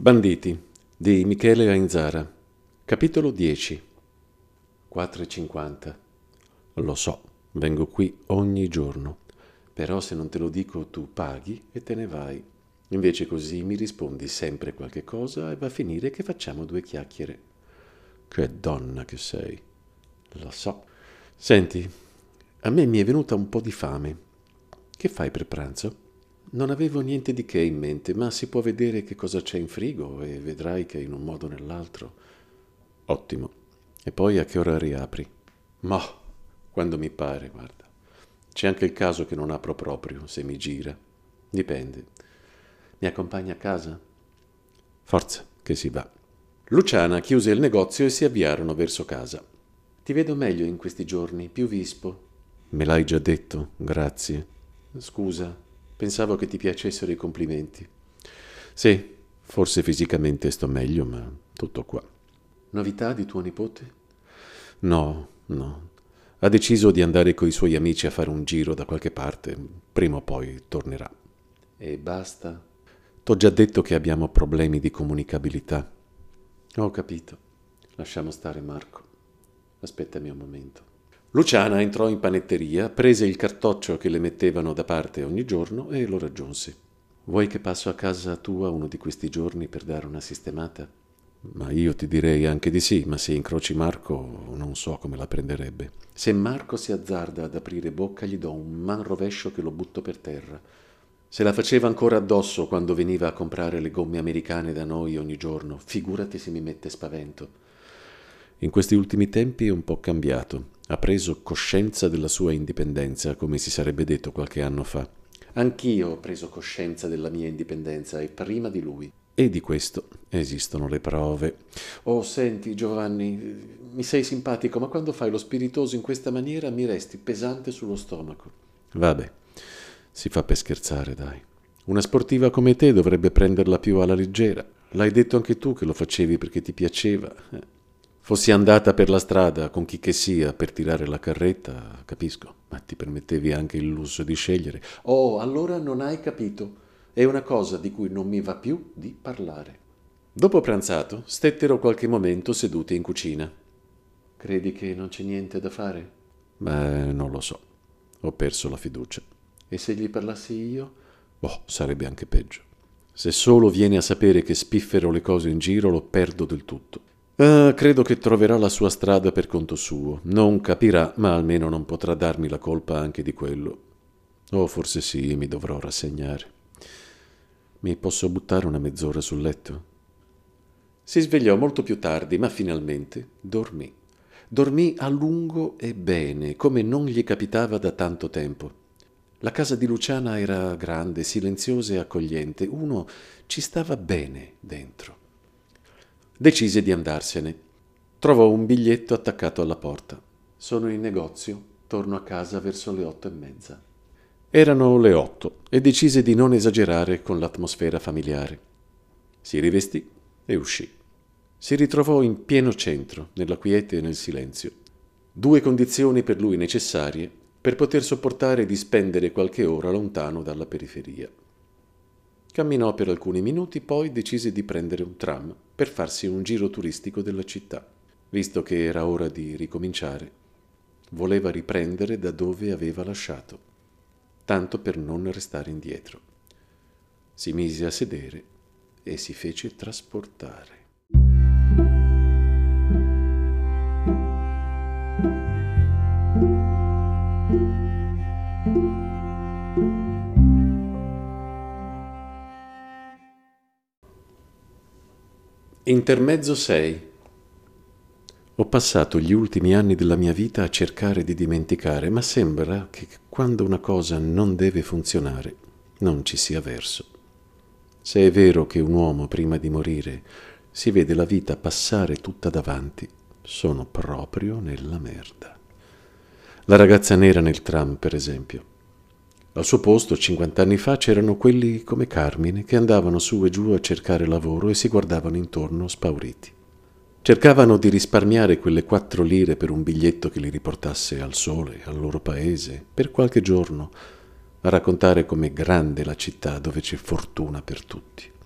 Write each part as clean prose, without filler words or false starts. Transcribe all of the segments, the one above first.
Banditi di Michele Ainzara, capitolo 10. 4,50. Lo so, vengo qui ogni giorno, però se non te lo dico tu paghi e te ne vai. Invece così mi rispondi sempre qualche cosa e va a finire che facciamo due chiacchiere. Che donna che sei. Lo so. Senti, a me mi è venuta un po' di fame. Che fai per pranzo? Non avevo niente di che in mente, ma si può vedere che cosa c'è in frigo e vedrai che in un modo o nell'altro. Ottimo. E poi a che ora riapri? Ma, quando mi pare, guarda. C'è anche il caso che non apro proprio, se mi gira. Dipende. Mi accompagni a casa? Forza, che si va. Luciana chiuse il negozio e si avviarono verso casa. Ti vedo meglio in questi giorni, più vispo. Me l'hai già detto, grazie. Scusa. Pensavo che ti piacessero i complimenti. Sì, forse fisicamente sto meglio, ma tutto qua. Novità di tuo nipote? No. Ha deciso di andare coi suoi amici a fare un giro da qualche parte. Prima o poi tornerà. E basta? T'ho già detto che abbiamo problemi di comunicabilità. Ho capito. Lasciamo stare, Marco. Aspettami un momento. Luciana entrò in panetteria, prese il cartoccio che le mettevano da parte ogni giorno e lo raggiunse. Vuoi che passo a casa tua uno di questi giorni per dare una sistemata? Ma io ti direi anche di sì, ma se incroci Marco non so come la prenderebbe. Se Marco si azzarda ad aprire bocca gli do un manrovescio che lo butto per terra. Se la faceva ancora addosso quando veniva a comprare le gomme americane da noi ogni giorno, figurati se mi mette spavento. In questi ultimi tempi è un po' cambiato. Ha preso coscienza della sua indipendenza, come si sarebbe detto qualche anno fa. Anch'io ho preso coscienza della mia indipendenza e prima di lui. E di questo esistono le prove. Oh, senti, Giovanni, mi sei simpatico, ma quando fai lo spiritoso in questa maniera mi resti pesante sullo stomaco. Vabbè, si fa per scherzare, dai. Una sportiva come te dovrebbe prenderla più alla leggera. L'hai detto anche tu che lo facevi perché ti piaceva. Fossi andata per la strada con chi che sia per tirare la carretta, capisco, ma ti permettevi anche il lusso di scegliere. Oh, allora non hai capito. È una cosa di cui non mi va più di parlare. Dopo pranzato, stettero qualche momento seduti in cucina. Credi che non c'è niente da fare? Beh, non lo so. Ho perso la fiducia. E se gli parlassi io? Boh, sarebbe anche peggio. Se solo viene a sapere che spiffero le cose in giro, lo perdo del tutto. Credo che troverà la sua strada per conto suo. Non capirà, ma almeno non potrà darmi la colpa anche di quello. O forse sì, mi dovrò rassegnare. Mi posso buttare una mezz'ora sul letto? Si svegliò molto più tardi, ma finalmente dormì. Dormì a lungo e bene, come non gli capitava da tanto tempo. La casa di Luciana era grande, silenziosa e accogliente. Uno ci stava bene dentro. Decise di andarsene. Trovò un biglietto attaccato alla porta. Sono in negozio, torno a casa verso le 8:30. Erano le 8 e decise di non esagerare con l'atmosfera familiare. Si rivestì e uscì. Si ritrovò in pieno centro, nella quiete e nel silenzio. Due condizioni per lui necessarie per poter sopportare di spendere qualche ora lontano dalla periferia. Camminò per alcuni minuti, poi decise di prendere un tram per farsi un giro turistico della città. Visto che era ora di ricominciare, voleva riprendere da dove aveva lasciato, tanto per non restare indietro. Si mise a sedere e si fece trasportare. Intermezzo 6. Ho passato gli ultimi anni della mia vita a cercare di dimenticare, ma sembra che quando una cosa non deve funzionare, non ci sia verso. Se è vero che un uomo prima di morire si vede la vita passare tutta davanti, sono proprio nella merda. La ragazza nera nel tram, per esempio. Al suo posto, 50 anni fa, c'erano quelli come Carmine che andavano su e giù a cercare lavoro e si guardavano intorno spauriti. Cercavano di risparmiare quelle 4 lire per un biglietto che li riportasse al sole, al loro paese, per qualche giorno, a raccontare com'è grande la città dove c'è fortuna per tutti.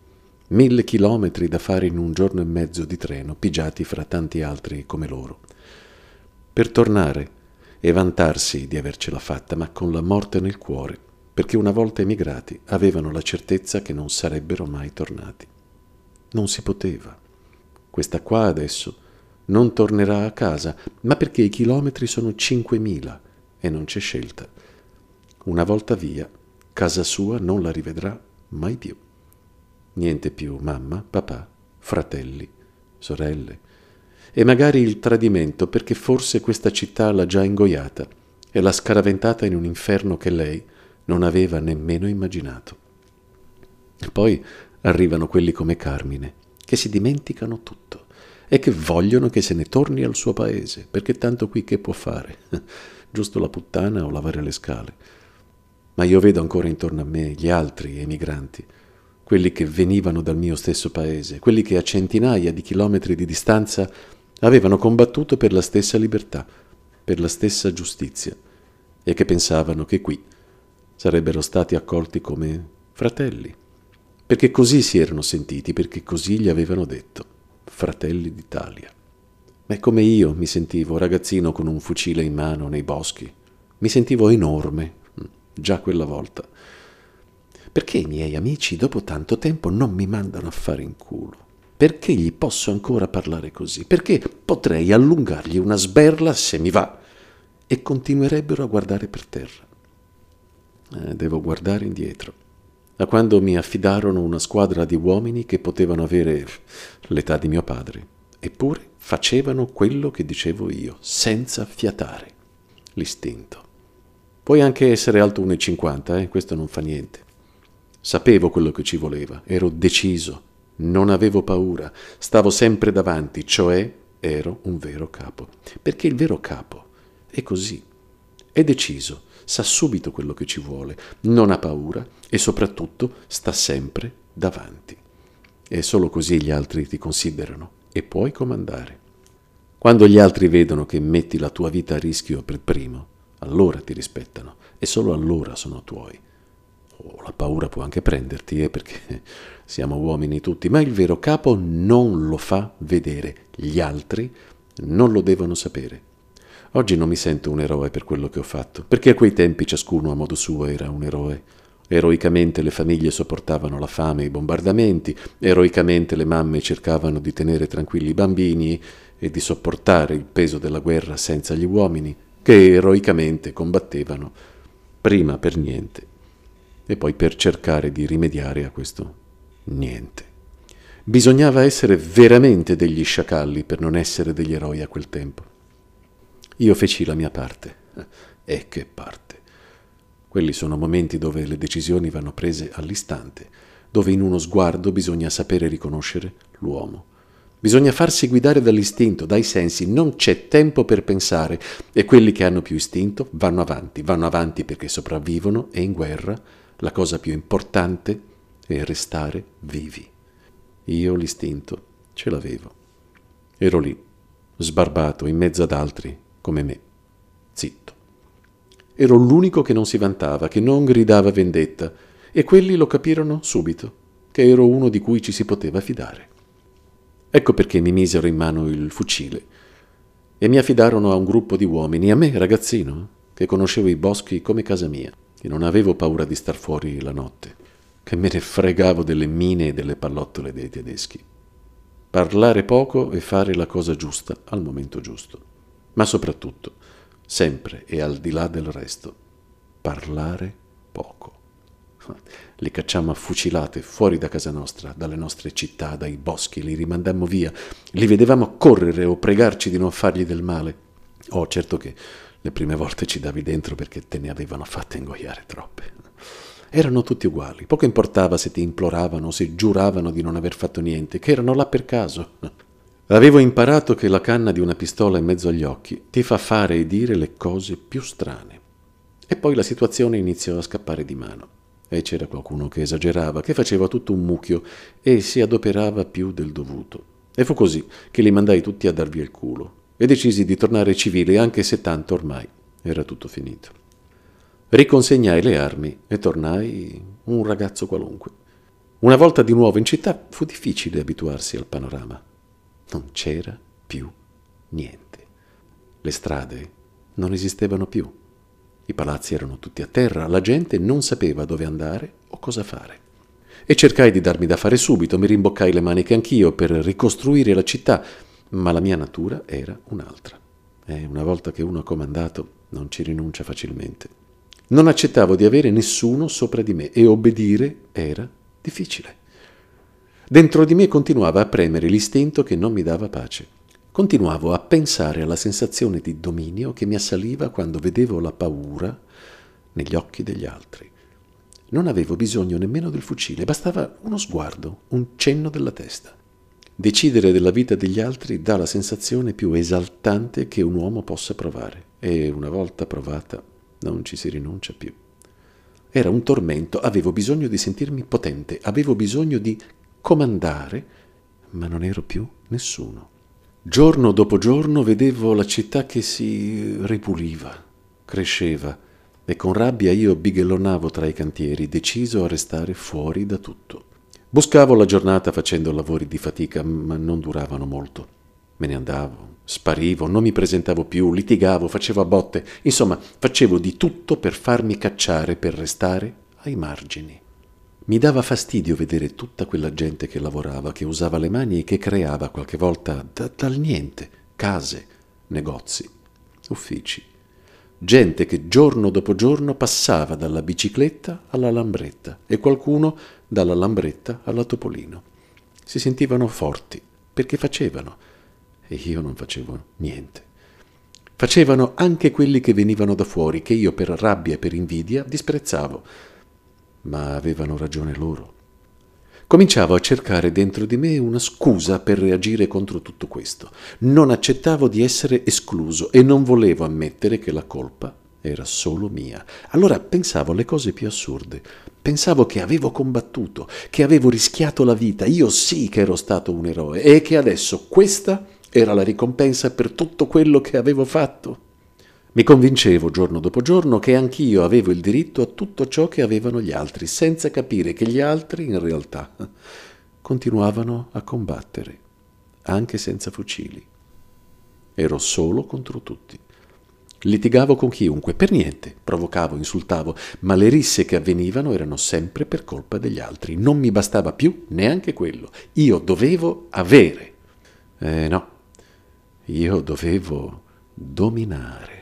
1000 chilometri da fare in un giorno e mezzo di treno, pigiati fra tanti altri come loro. Per tornare e vantarsi di avercela fatta, ma con la morte nel cuore, perché una volta emigrati avevano la certezza che non sarebbero mai tornati. Non si poteva. Questa qua adesso non tornerà a casa, ma perché i chilometri sono 5000 e non c'è scelta. Una volta via, casa sua non la rivedrà mai più. Niente più mamma, papà, fratelli, sorelle. E magari il tradimento, perché forse questa città l'ha già ingoiata e l'ha scaraventata in un inferno che lei non aveva nemmeno immaginato. E poi arrivano quelli come Carmine, che si dimenticano tutto e che vogliono che se ne torni al suo paese, perché tanto qui che può fare? Giusto la puttana o lavare le scale. Ma io vedo ancora intorno a me gli altri emigranti, quelli che venivano dal mio stesso paese, quelli che a centinaia di chilometri di distanza avevano combattuto per la stessa libertà, per la stessa giustizia, e che pensavano che qui sarebbero stati accolti come fratelli, perché così si erano sentiti, perché così gli avevano detto, fratelli d'Italia. Ma è come io mi sentivo ragazzino con un fucile in mano nei boschi, mi sentivo enorme, già quella volta. Perché i miei amici dopo tanto tempo non mi mandano a fare in culo? Perché gli posso ancora parlare così? Perché potrei allungargli una sberla se mi va e continuerebbero a guardare per terra? Devo guardare indietro, a quando mi affidarono una squadra di uomini che potevano avere l'età di mio padre, eppure facevano quello che dicevo io, senza fiatare. L'istinto. Puoi anche essere alto 1,50, questo non fa niente. Sapevo quello che ci voleva, ero deciso, non avevo paura, stavo sempre davanti, cioè ero un vero capo. Perché il vero capo è così, è deciso, sa subito quello che ci vuole, non ha paura e soprattutto sta sempre davanti. E solo così gli altri ti considerano e puoi comandare. Quando gli altri vedono che metti la tua vita a rischio per primo, allora ti rispettano e solo allora sono tuoi. La paura può anche prenderti, perché siamo uomini tutti, ma il vero capo non lo fa vedere. Gli altri non lo devono sapere. Oggi non mi sento un eroe per quello che ho fatto, perché a quei tempi ciascuno a modo suo era un eroe. Eroicamente le famiglie sopportavano la fame e i bombardamenti, eroicamente le mamme cercavano di tenere tranquilli i bambini e di sopportare il peso della guerra senza gli uomini, che eroicamente combattevano, prima per niente e poi per cercare di rimediare a questo niente. Bisognava essere veramente degli sciacalli per non essere degli eroi a quel tempo. Io feci la mia parte. E che parte! Quelli sono momenti dove le decisioni vanno prese all'istante, dove in uno sguardo bisogna sapere riconoscere l'uomo. Bisogna farsi guidare dall'istinto, dai sensi, non c'è tempo per pensare e quelli che hanno più istinto vanno avanti perché sopravvivono e in guerra la cosa più importante è restare vivi. Io l'istinto ce l'avevo. Ero lì, sbarbato, in mezzo ad altri come me, zitto. Ero l'unico che non si vantava, che non gridava vendetta, e quelli lo capirono subito, che ero uno di cui ci si poteva fidare. Ecco perché mi misero in mano il fucile e mi affidarono a un gruppo di uomini, a me, ragazzino, che conoscevo i boschi come casa mia, che non avevo paura di star fuori la notte, che me ne fregavo delle mine e delle pallottole dei tedeschi. Parlare poco e fare la cosa giusta al momento giusto. Ma soprattutto, sempre e al di là del resto, parlare poco. Li cacciammo a fucilate fuori da casa nostra, dalle nostre città, dai boschi, li rimandammo via, li vedevamo correre o pregarci di non fargli del male. Oh, certo che le prime volte ci davi dentro perché te ne avevano fatte ingoiare troppe. Erano tutti uguali, poco importava se ti imploravano o se giuravano di non aver fatto niente, che erano là per caso. Avevo imparato che la canna di una pistola in mezzo agli occhi ti fa fare e dire le cose più strane. E poi la situazione iniziò a scappare di mano. E c'era qualcuno che esagerava, che faceva tutto un mucchio e si adoperava più del dovuto. E fu così che li mandai tutti a dar via il culo e decisi di tornare civile anche se tanto ormai era tutto finito. Riconsegnai le armi e tornai un ragazzo qualunque. Una volta di nuovo in città fu difficile abituarsi al panorama. Non c'era più niente. Le strade non esistevano più. I palazzi erano tutti a terra, la gente non sapeva dove andare o cosa fare. E cercai di darmi da fare subito, mi rimboccai le maniche anch'io per ricostruire la città, ma la mia natura era un'altra. E una volta che uno ha comandato, non ci rinuncia facilmente. Non accettavo di avere nessuno sopra di me e obbedire era difficile. Dentro di me continuava a premere l'istinto che non mi dava pace. Continuavo a pensare alla sensazione di dominio che mi assaliva quando vedevo la paura negli occhi degli altri. Non avevo bisogno nemmeno del fucile, bastava uno sguardo, un cenno della testa. Decidere della vita degli altri dà la sensazione più esaltante che un uomo possa provare, e una volta provata non ci si rinuncia più. Era un tormento, avevo bisogno di sentirmi potente, avevo bisogno di comandare, ma non ero più nessuno. Giorno dopo giorno vedevo la città che si ripuliva, cresceva, e con rabbia io bighellonavo tra i cantieri, deciso a restare fuori da tutto. Buscavo la giornata facendo lavori di fatica, ma non duravano molto. Me ne andavo, sparivo, non mi presentavo più, litigavo, facevo a botte, insomma, facevo di tutto per farmi cacciare, per restare ai margini. Mi dava fastidio vedere tutta quella gente che lavorava, che usava le mani e che creava qualche volta dal niente case, negozi, uffici. Gente che giorno dopo giorno passava dalla bicicletta alla lambretta e qualcuno dalla lambretta alla Topolino. Si sentivano forti perché facevano e io non facevo niente. Facevano anche quelli che venivano da fuori, che io per rabbia e per invidia disprezzavo, ma avevano ragione loro. Cominciavo a cercare dentro di me una scusa per reagire contro tutto questo. Non accettavo di essere escluso e non volevo ammettere che la colpa era solo mia. Allora pensavo alle cose più assurde. Pensavo che avevo combattuto, che avevo rischiato la vita, io sì che ero stato un eroe e che adesso questa era la ricompensa per tutto quello che avevo fatto. Mi convincevo giorno dopo giorno che anch'io avevo il diritto a tutto ciò che avevano gli altri, senza capire che gli altri, in realtà, continuavano a combattere, anche senza fucili. Ero solo contro tutti. Litigavo con chiunque, per niente, provocavo, insultavo, ma le risse che avvenivano erano sempre per colpa degli altri. Non mi bastava più neanche quello. Io dovevo avere. No, io dovevo dominare.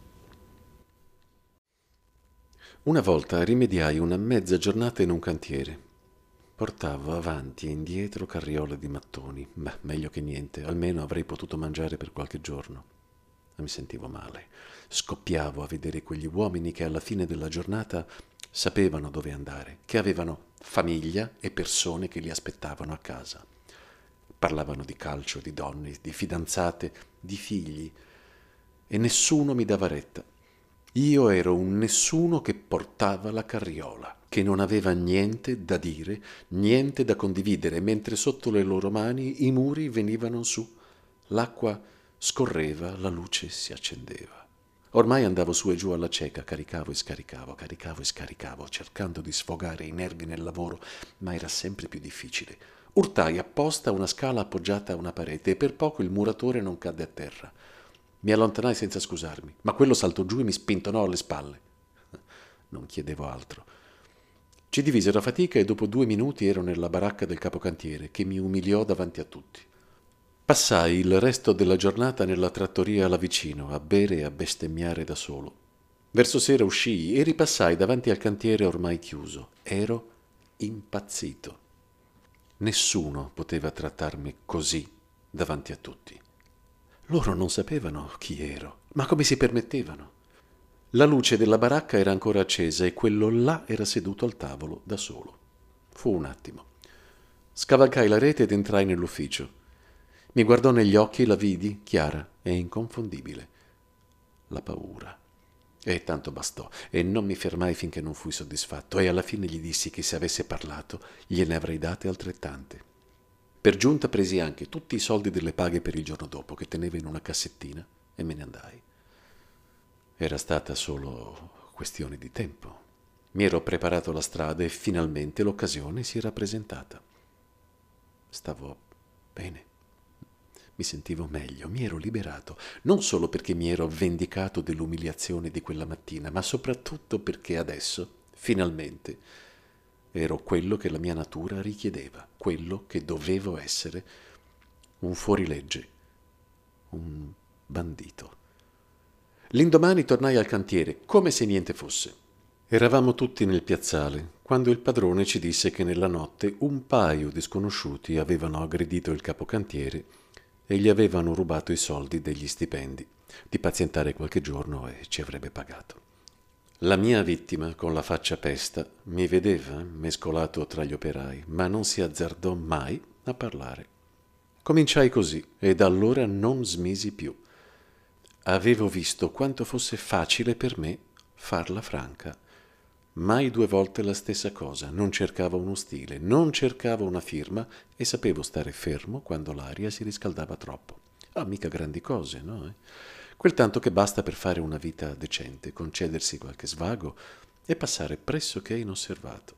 Una volta rimediai una mezza giornata in un cantiere. Portavo avanti e indietro carriole di mattoni, ma meglio che niente, almeno avrei potuto mangiare per qualche giorno. Ma mi sentivo male. Scoppiavo a vedere quegli uomini che alla fine della giornata sapevano dove andare, che avevano famiglia e persone che li aspettavano a casa. Parlavano di calcio, di donne, di fidanzate, di figli, e nessuno mi dava retta. Io ero un nessuno che portava la carriola, che non aveva niente da dire, niente da condividere, mentre sotto le loro mani i muri venivano su, l'acqua scorreva, la luce si accendeva. Ormai andavo su e giù alla cieca, caricavo e scaricavo, cercando di sfogare i nervi nel lavoro, ma era sempre più difficile. Urtai apposta una scala appoggiata a una parete e per poco il muratore non cadde a terra. Mi allontanai senza scusarmi, ma quello saltò giù e mi spintonò alle spalle. Non chiedevo altro. Ci divisero a fatica e dopo 2 minuti ero nella baracca del capocantiere, che mi umiliò davanti a tutti. Passai il resto della giornata nella trattoria là vicino, a bere e a bestemmiare da solo. Verso sera uscii e ripassai davanti al cantiere ormai chiuso. Ero impazzito. Nessuno poteva trattarmi così davanti a tutti. Loro non sapevano chi ero, ma come si permettevano? La luce della baracca era ancora accesa e quello là era seduto al tavolo da solo. Fu un attimo. Scavalcai la rete ed entrai nell'ufficio. Mi guardò negli occhi e la vidi chiara e inconfondibile. La paura. E tanto bastò, e non mi fermai finché non fui soddisfatto, e alla fine gli dissi che se avesse parlato gliene avrei date altrettante. Per giunta presi anche tutti i soldi delle paghe per il giorno dopo, che tenevo in una cassettina, e me ne andai. Era stata solo questione di tempo. Mi ero preparato la strada e finalmente l'occasione si era presentata. Stavo bene. Mi sentivo meglio, mi ero liberato, non solo perché mi ero vendicato dell'umiliazione di quella mattina, ma soprattutto perché adesso, finalmente, ero quello che la mia natura richiedeva, quello che dovevo essere, un fuorilegge, un bandito. L'indomani tornai al cantiere, come se niente fosse. Eravamo tutti nel piazzale, quando il padrone ci disse che nella notte un paio di sconosciuti avevano aggredito il capocantiere e gli avevano rubato i soldi degli stipendi. Di pazientare qualche giorno e ci avrebbe pagato. La mia vittima, con la faccia pesta, mi vedeva mescolato tra gli operai, ma non si azzardò mai a parlare. Cominciai così e da allora non smisi più. Avevo visto quanto fosse facile per me farla franca. Mai 2 volte la stessa cosa, non cercavo uno stile, non cercavo una firma e sapevo stare fermo quando l'aria si riscaldava troppo. Mica grandi cose, no? Quel tanto che basta per fare una vita decente, concedersi qualche svago e passare pressoché inosservato.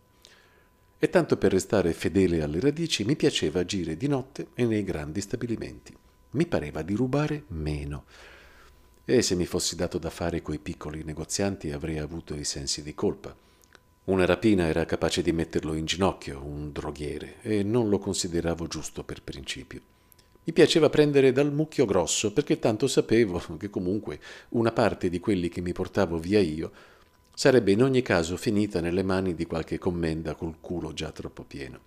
E tanto per restare fedele alle radici mi piaceva agire di notte e nei grandi stabilimenti. Mi pareva di rubare meno. E se mi fossi dato da fare coi piccoli negozianti avrei avuto i sensi di colpa. Una rapina era capace di metterlo in ginocchio, un droghiere, e non lo consideravo giusto per principio. Mi piaceva prendere dal mucchio grosso, perché tanto sapevo che comunque una parte di quelli che mi portavo via io sarebbe in ogni caso finita nelle mani di qualche commenda col culo già troppo pieno.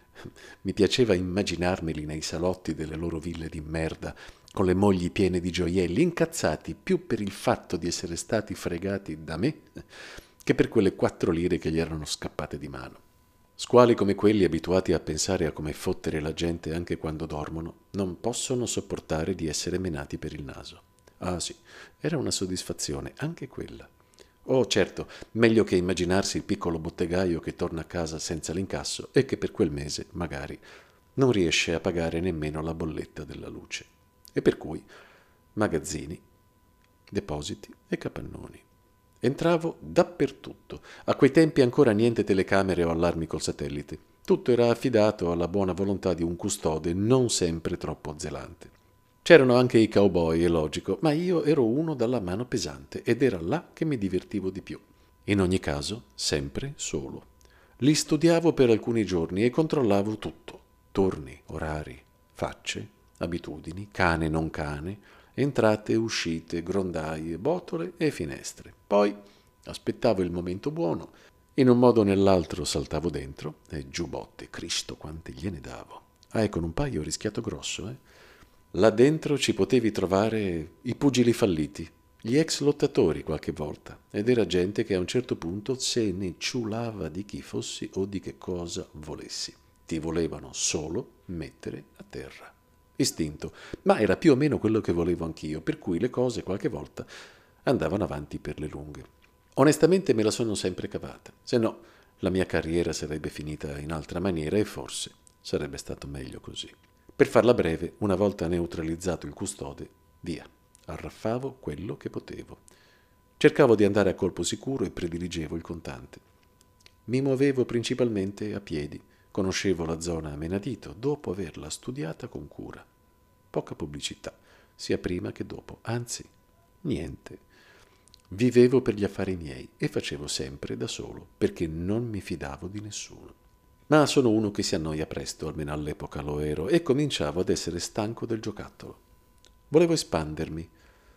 Mi piaceva immaginarmeli nei salotti delle loro ville di merda, con le mogli piene di gioielli, incazzati più per il fatto di essere stati fregati da me che per quelle 4 lire che gli erano scappate di mano. Squali come quelli, abituati a pensare a come fottere la gente anche quando dormono, non possono sopportare di essere menati per il naso. Ah sì, era una soddisfazione, anche quella. Oh certo, meglio che immaginarsi il piccolo bottegaio che torna a casa senza l'incasso e che per quel mese, magari, non riesce a pagare nemmeno la bolletta della luce. E per cui magazzini, depositi e capannoni. Entravo dappertutto. A quei tempi ancora niente telecamere o allarmi col satellite. Tutto era affidato alla buona volontà di un custode non sempre troppo zelante. C'erano anche i cowboy, è logico, ma io ero uno dalla mano pesante ed era là che mi divertivo di più. In ogni caso, sempre solo. Li studiavo per alcuni giorni e controllavo tutto. Turni, orari, facce, abitudini, cane non cane, entrate, uscite, grondaie, botole e finestre. Poi aspettavo il momento buono, in un modo o nell'altro saltavo dentro e giù botte, Cristo quante gliene davo. Con un paio ho rischiato grosso, Là dentro ci potevi trovare i pugili falliti, gli ex lottatori qualche volta, ed era gente che a un certo punto se ne ciulava di chi fossi o di che cosa volessi. Ti volevano solo mettere a terra. Istinto, ma era più o meno quello che volevo anch'io, per cui le cose qualche volta andavano avanti per le lunghe. Onestamente me la sono sempre cavata, se no la mia carriera sarebbe finita in altra maniera e forse sarebbe stato meglio così. Per farla breve, una volta neutralizzato il custode, via, arraffavo quello che potevo. Cercavo di andare a colpo sicuro e prediligevo il contante. Mi muovevo principalmente a piedi, conoscevo la zona a menadito dopo averla studiata con cura. Poca pubblicità, sia prima che dopo, anzi, niente. Vivevo per gli affari miei e facevo sempre da solo, perché non mi fidavo di nessuno. Ma sono uno che si annoia presto, almeno all'epoca lo ero, e cominciavo ad essere stanco del giocattolo. Volevo espandermi.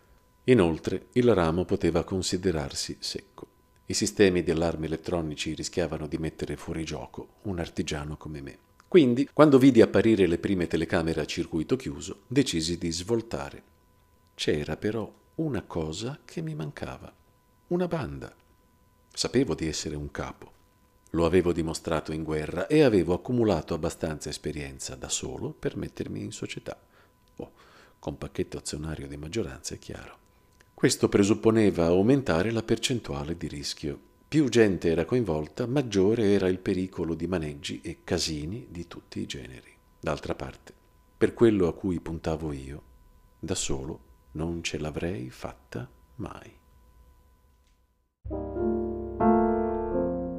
Inoltre, il ramo poteva considerarsi secco. I sistemi di allarmi elettronici rischiavano di mettere fuori gioco un artigiano come me. Quindi, quando vidi apparire le prime telecamere a circuito chiuso, decisi di svoltare. C'era però una cosa che mi mancava. Una banda. Sapevo di essere un capo. Lo avevo dimostrato in guerra e avevo accumulato abbastanza esperienza da solo per mettermi in società. Con pacchetto azionario di maggioranza, è chiaro. Questo presupponeva aumentare la percentuale di rischio. Più gente era coinvolta, maggiore era il pericolo di maneggi e casini di tutti i generi. D'altra parte, per quello a cui puntavo io, da solo non ce l'avrei fatta mai.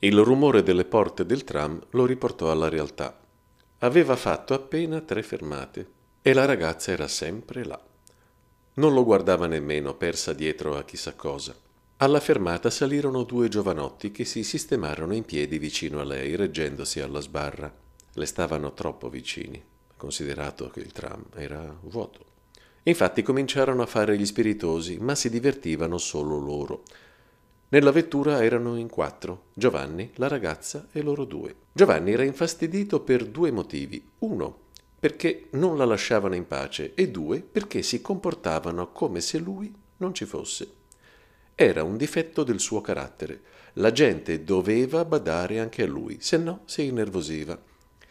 Il rumore delle porte del tram lo riportò alla realtà. Aveva fatto appena 3 fermate e la ragazza era sempre là. Non lo guardava nemmeno, persa dietro a chissà cosa. Alla fermata salirono 2 giovanotti che si sistemarono in piedi vicino a lei, reggendosi alla sbarra. Le stavano troppo vicini, considerato che il tram era vuoto. Infatti cominciarono a fare gli spiritosi, ma si divertivano solo loro. Nella vettura erano in 4, Giovanni, la ragazza e loro 2. Giovanni era infastidito per 2 motivi. 1, perché non la lasciavano in pace, e 2, perché si comportavano come se lui non ci fosse. Era un difetto del suo carattere. La gente doveva badare anche a lui, se no si innervosiva.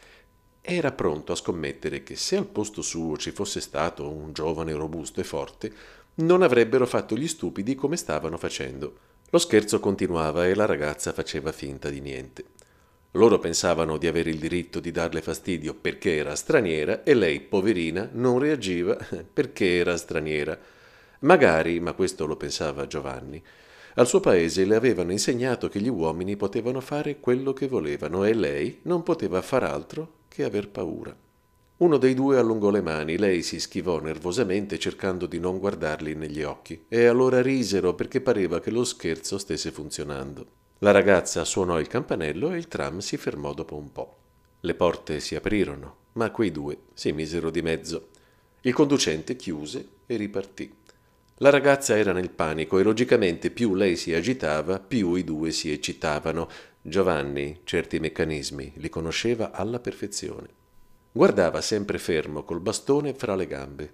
Era pronto a scommettere che se al posto suo ci fosse stato un giovane robusto e forte, non avrebbero fatto gli stupidi come stavano facendo. Lo scherzo continuava e la ragazza faceva finta di niente. Loro pensavano di avere il diritto di darle fastidio perché era straniera e lei, poverina, non reagiva perché era straniera. Magari, ma questo lo pensava Giovanni, al suo paese le avevano insegnato che gli uomini potevano fare quello che volevano e lei non poteva far altro che aver paura. Uno dei 2 allungò le mani, lei si schivò nervosamente cercando di non guardarli negli occhi e allora risero perché pareva che lo scherzo stesse funzionando. La ragazza suonò il campanello e il tram si fermò dopo un po'. Le porte si aprirono, ma quei 2 si misero di mezzo. Il conducente chiuse e ripartì. La ragazza era nel panico e logicamente più lei si agitava, più i 2 si eccitavano. Giovanni certi meccanismi li conosceva alla perfezione. Guardava sempre fermo col bastone fra le gambe.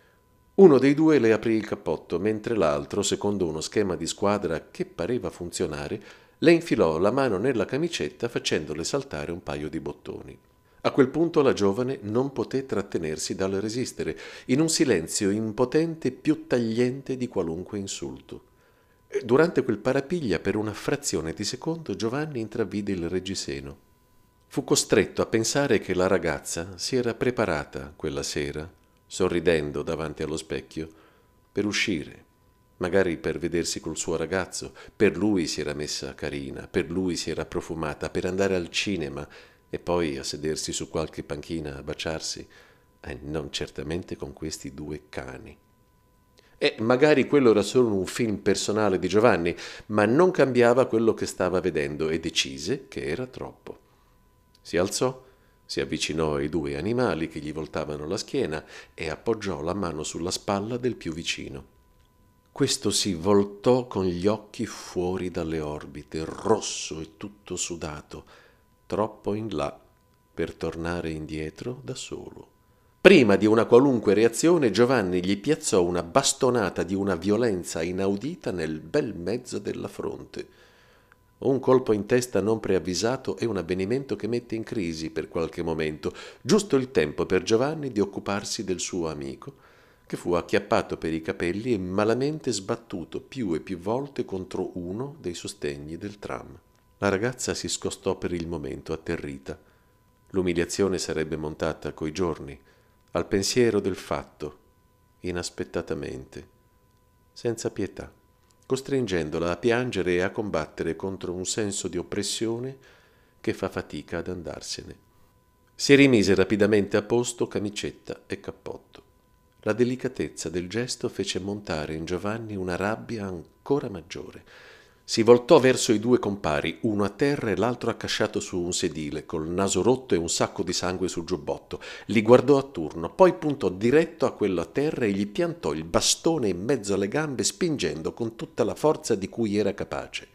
Uno dei 2 le aprì il cappotto, mentre l'altro, secondo uno schema di squadra che pareva funzionare, le infilò la mano nella camicetta facendole saltare un paio di bottoni. A quel punto la giovane non poté trattenersi dal resistere, in un silenzio impotente più tagliente di qualunque insulto. Durante quel parapiglia, per una frazione di secondo, Giovanni intravide il reggiseno. Fu costretto a pensare che la ragazza si era preparata quella sera, sorridendo davanti allo specchio, per uscire, magari per vedersi col suo ragazzo. Per lui si era messa carina, per lui si era profumata, per andare al cinema e poi a sedersi su qualche panchina a baciarsi, e non certamente con questi 2 cani. E magari quello era solo un film personale di Giovanni, ma non cambiava quello che stava vedendo e decise che era troppo. Si alzò, si avvicinò ai 2 animali che gli voltavano la schiena e appoggiò la mano sulla spalla del più vicino. Questo si voltò con gli occhi fuori dalle orbite, rosso e tutto sudato, troppo in là per tornare indietro da solo. Prima di una qualunque reazione, Giovanni gli piazzò una bastonata di una violenza inaudita nel bel mezzo della fronte. Un colpo in testa non preavvisato è un avvenimento che mette in crisi per qualche momento, giusto il tempo per Giovanni di occuparsi del suo amico, che fu acchiappato per i capelli e malamente sbattuto più e più volte contro uno dei sostegni del tram. La ragazza si scostò per il momento, atterrita. L'umiliazione sarebbe montata coi giorni, al pensiero del fatto, inaspettatamente, senza pietà, costringendola a piangere e a combattere contro un senso di oppressione che fa fatica ad andarsene. Si rimise rapidamente a posto camicetta e cappotto. La delicatezza del gesto fece montare in Giovanni una rabbia ancora maggiore. Si voltò verso i 2 compari, uno a terra e l'altro accasciato su un sedile, col naso rotto e un sacco di sangue sul giubbotto. Li guardò a turno, poi puntò diretto a quello a terra e gli piantò il bastone in mezzo alle gambe, spingendo con tutta la forza di cui era capace.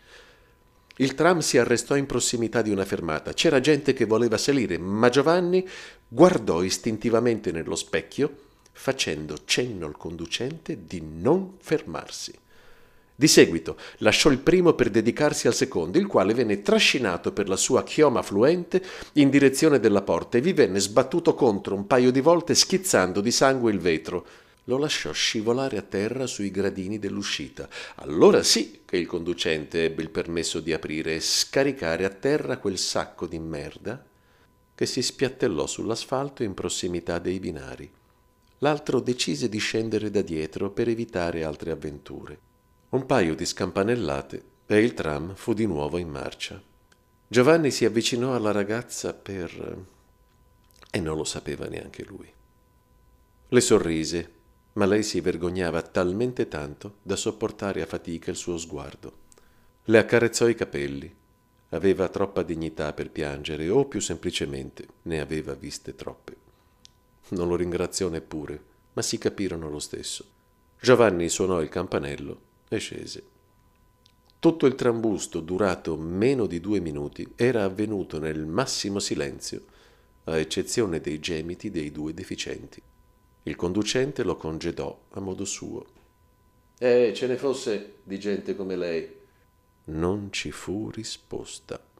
Il tram si arrestò in prossimità di una fermata. C'era gente che voleva salire, ma Giovanni guardò istintivamente nello specchio, facendo cenno al conducente di non fermarsi. Di seguito lasciò il primo per dedicarsi al secondo, il quale venne trascinato per la sua chioma fluente in direzione della porta e vi venne sbattuto contro un paio di volte, schizzando di sangue il vetro. Lo lasciò scivolare a terra sui gradini dell'uscita. Allora sì che il conducente ebbe il permesso di aprire e scaricare a terra quel sacco di merda che si spiattellò sull'asfalto in prossimità dei binari. L'altro decise di scendere da dietro per evitare altre avventure. Un paio di scampanellate e il tram fu di nuovo in marcia. Giovanni si avvicinò alla ragazza e non lo sapeva neanche lui. Le sorrise, ma lei si vergognava talmente tanto da sopportare a fatica il suo sguardo. Le accarezzò i capelli. Aveva troppa dignità per piangere o più semplicemente ne aveva viste troppe. Non lo ringraziò neppure, ma si capirono lo stesso. Giovanni suonò il campanello e scese. Tutto il trambusto, durato meno di 2 minuti, era avvenuto nel massimo silenzio, a eccezione dei gemiti dei due deficienti. Il conducente lo congedò a modo suo. Ce ne fosse di gente come lei. Non ci fu risposta.